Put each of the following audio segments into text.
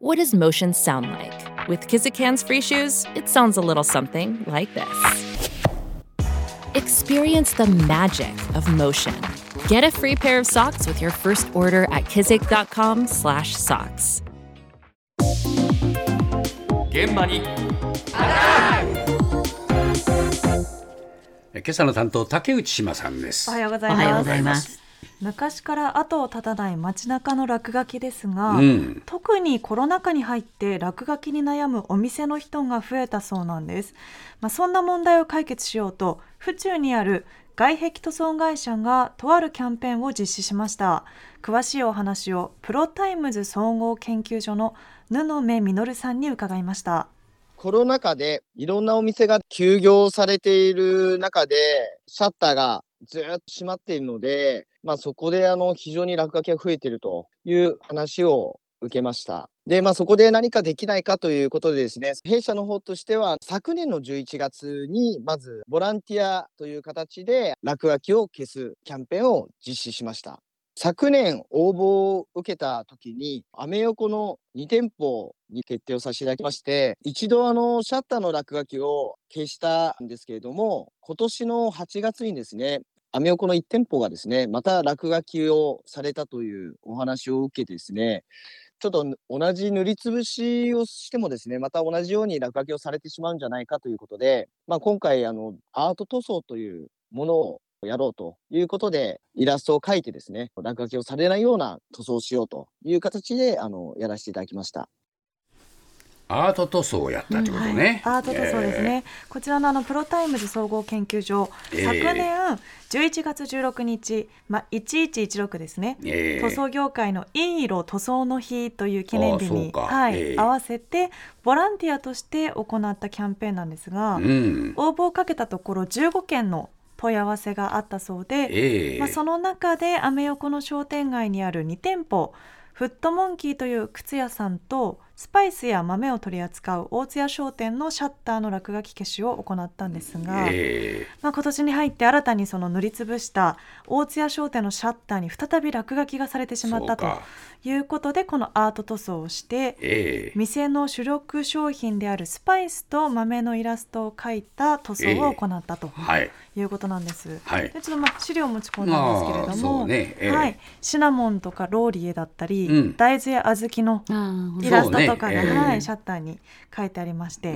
What does motion sound like? With Kizik hands-free shoes, it sounds a little something like this. Experience the magic of motion. Get a free pair of socks with your first order at kizik.com/socks. 現場に今朝の担当竹内島さんです。 おはようございます。昔から後を絶たない街中の落書きですが、特にコロナ禍に入って落書きに悩むお店の人が増えたそうなんです。そんな問題を解決しようと府中にある外壁塗装会社がとあるキャンペーンを実施しました。詳しいお話をプロタイムズ総合研究所の布目実さんに伺いました。 コロナ禍でいろんなお店が休業されている中でシャッターがずっと閉まっているので、そこで非常に落書きが増えているという話を受けました。で、そこで何かできないかということでですね、弊社の方としては昨年の11月にまずボランティアという形で落書きを消すキャンペーンを実施しました。昨年応募を受けた時にアメ横の2店舗に決定をさせていただきまして、一度シャッターの落書きを消したんですけれども、今年の8月にですね、アメ横の1店舗がですね、また落書きをされたというお話を受けてですね、ちょっと同じ塗りつぶしをしてもですね、また同じように落書きをされてしまうんじゃないかということで、今回アート塗装というものをやろうということで、イラストを描いてですね、落書きをされないような塗装をしようという形でやらせていただきました。 アート塗装をやったってことね。 アート塗装ですね。こちらのプロタイムズ総合研究所、昨年11月16日、1116ですね、塗装業界のいい色塗装の日という記念日に、合わせてボランティアとして行ったキャンペーンなんですが、応募をかけたところ15件の問い合わせがあったそうで、その中でアメ横の商店街にある2店舗、フットモンキーという靴屋さんとスパイスや豆を取り扱う大津屋商店のシャッターの落書き消しを行ったんですが、今年に入って新たにその塗りつぶした大津屋商店のシャッターに再び落書きがされてしまったということで、このアート塗装をして、店の主力商品であるスパイスと豆のイラストを描いた塗装を行ったということなんです。でちょっと資料を持ち込んだんですけれども、シナモンとかローリエだったり、大豆や小豆のイラストとかが、シャッターに書いてありまして、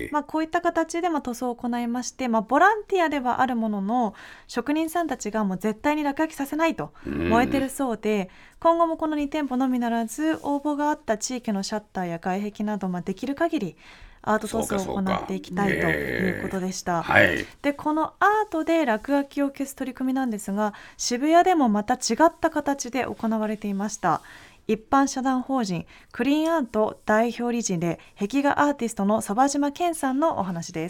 こういった形で塗装を行いまして、ボランティアではあるものの職人さんたちがもう絶対に落書きさせないと燃えてるそうで、今後もこの2店舗のみならず応募があった地域のシャッターや外壁など、できる限りアート塗装を行っていきたいということでした。でこのアートで落書きを消す取り組みなんですが、渋谷でもまた違った形で行われていました。一般社団法人クリーンアート代表理事で壁画アーティストの沢島健さんのお話です。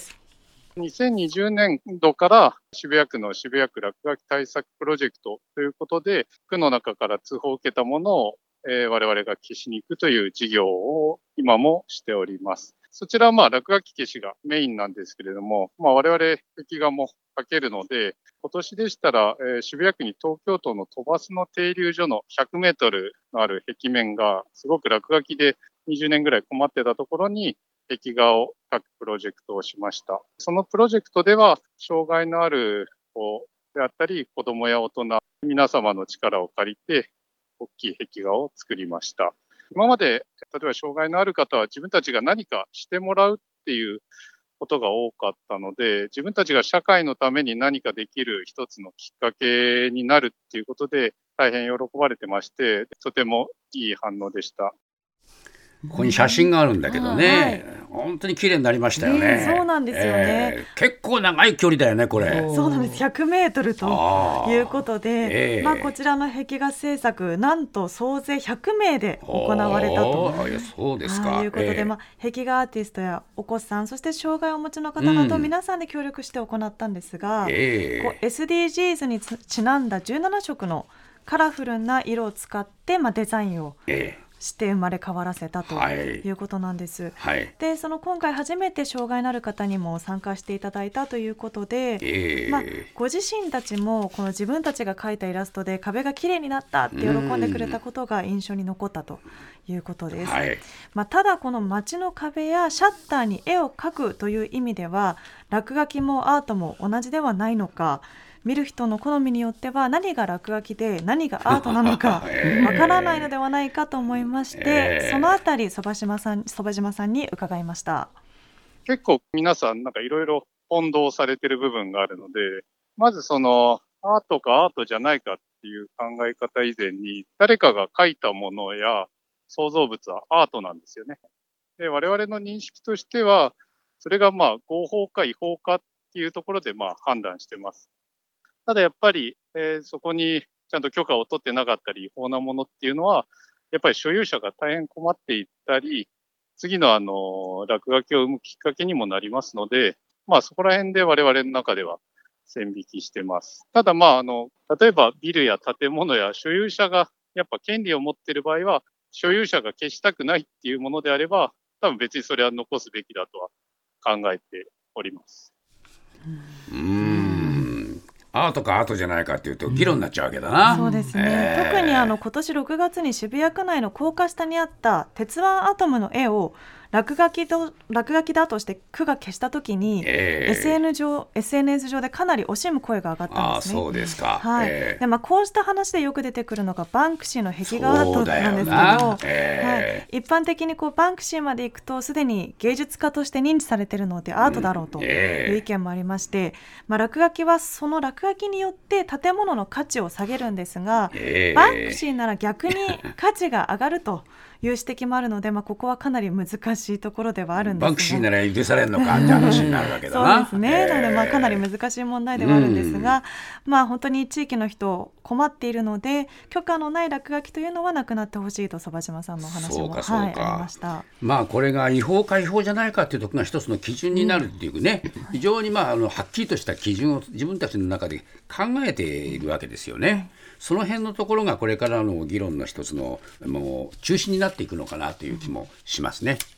2020年度から渋谷区の渋谷区落書き対策プロジェクトということで、区の中から通報を受けたものを我々が消しに行くという事業を今もしております。そちらは落書き消しがメインなんですけれども、我々壁画も描けるので、今年でしたら、渋谷区に東京都の都バスの停留所の100メートルのある壁面がすごく落書きで20年ぐらい困ってたところに壁画を描くプロジェクトをしました。そのプロジェクトでは障害のある子であったり子どもや大人皆様の力を借りて大きい壁画を作りました。今まで例えば障害のある方は自分たちが何かしてもらうっていうことが多かったので、自分たちが社会のために何かできる一つのきっかけになるっていうことで大変喜ばれてまして、とてもいい反応でした。 ここに写真があるんだけどね、本当に綺麗になりましたよね。 そうなんですよね、 結構長い距離だよねこれ。 そうなんです。100メートルということで、こちらの壁画制作なんと総勢100名で行われたとそうですかいうことで、壁画アーティストやお子さん、そして障害をお持ちの方など皆さんで協力して行ったんですが、SDGs にちなんだ17色のカラフルな色を使って、デザインをして生まれ変わらせたということなんです、 はい、 でその今回初めて障害のある方にも参加していただいたということで、ご自身たちもこの自分たちが描いたイラストで壁がきれいになったって喜んでくれたことが印象に残ったということです、ただこの街の壁やシャッターに絵を描くという意味では落書きもアートも同じではないのか、見る人の好みによっては何が落書きで何がアートなのかわからないのではないかと思いまして、そのあたり曽場島さんに伺いました。 結構皆さんなんかいろいろ混同されてる部分があるので、まずそのアートかアートじゃないかっていう考え方以前に、誰かが描いたものや創造物はアートなんですよね。で、我々の認識としては、それが合法か違法かっていうところで判断してます。ただやっぱり、そこにちゃんと許可を取ってなかったり違法なものっていうのは、やっぱり所有者が大変困っていったり、次の落書きを生むきっかけにもなりますので、そこら辺で我々の中では線引きしてます。ただ例えばビルや建物や所有者がやっぱ権利を持っている場合は、所有者が消したくないっていうものであれば、多分別にそれは残すべきだとは考えております。 アートかアートじゃないかっていうと議論になっちゃうわけだな、 そうですね、特に今年6月に渋谷区内の高架下にあった鉄腕アトムの絵を落書きだとして区が消したときに、SNS 上でかなり惜しむ声が上がったんですね。 そうですか、 でこうした話でよく出てくるのがバンクシーの壁画アートなんですけど、一般的にバンクシーまで行くとすでに芸術家として認知されているのでアートだろうという意見もありまして、落書きはその落書きによって建物の価値を下げるんですが、バンクシーなら逆に価値が上がるという指摘もあるので、ここはかなり難しいところではあるんですが、 バンクシーなら許されるのかって話になるわけだな。 そうですね、なのでかなり難しい問題ではあるんですが、本当に地域の人困っているので、許可のない落書きというのはなくなってほしいと曽場島さんのお話もありました。 これが違法か違法じゃないかっていうところが一つの基準になるっていうね、非常にはっきりとした基準を自分たちの中で考えているわけですよね。その辺のところがこれからの議論の一つのもう中心になっていくのかなという気もしますね。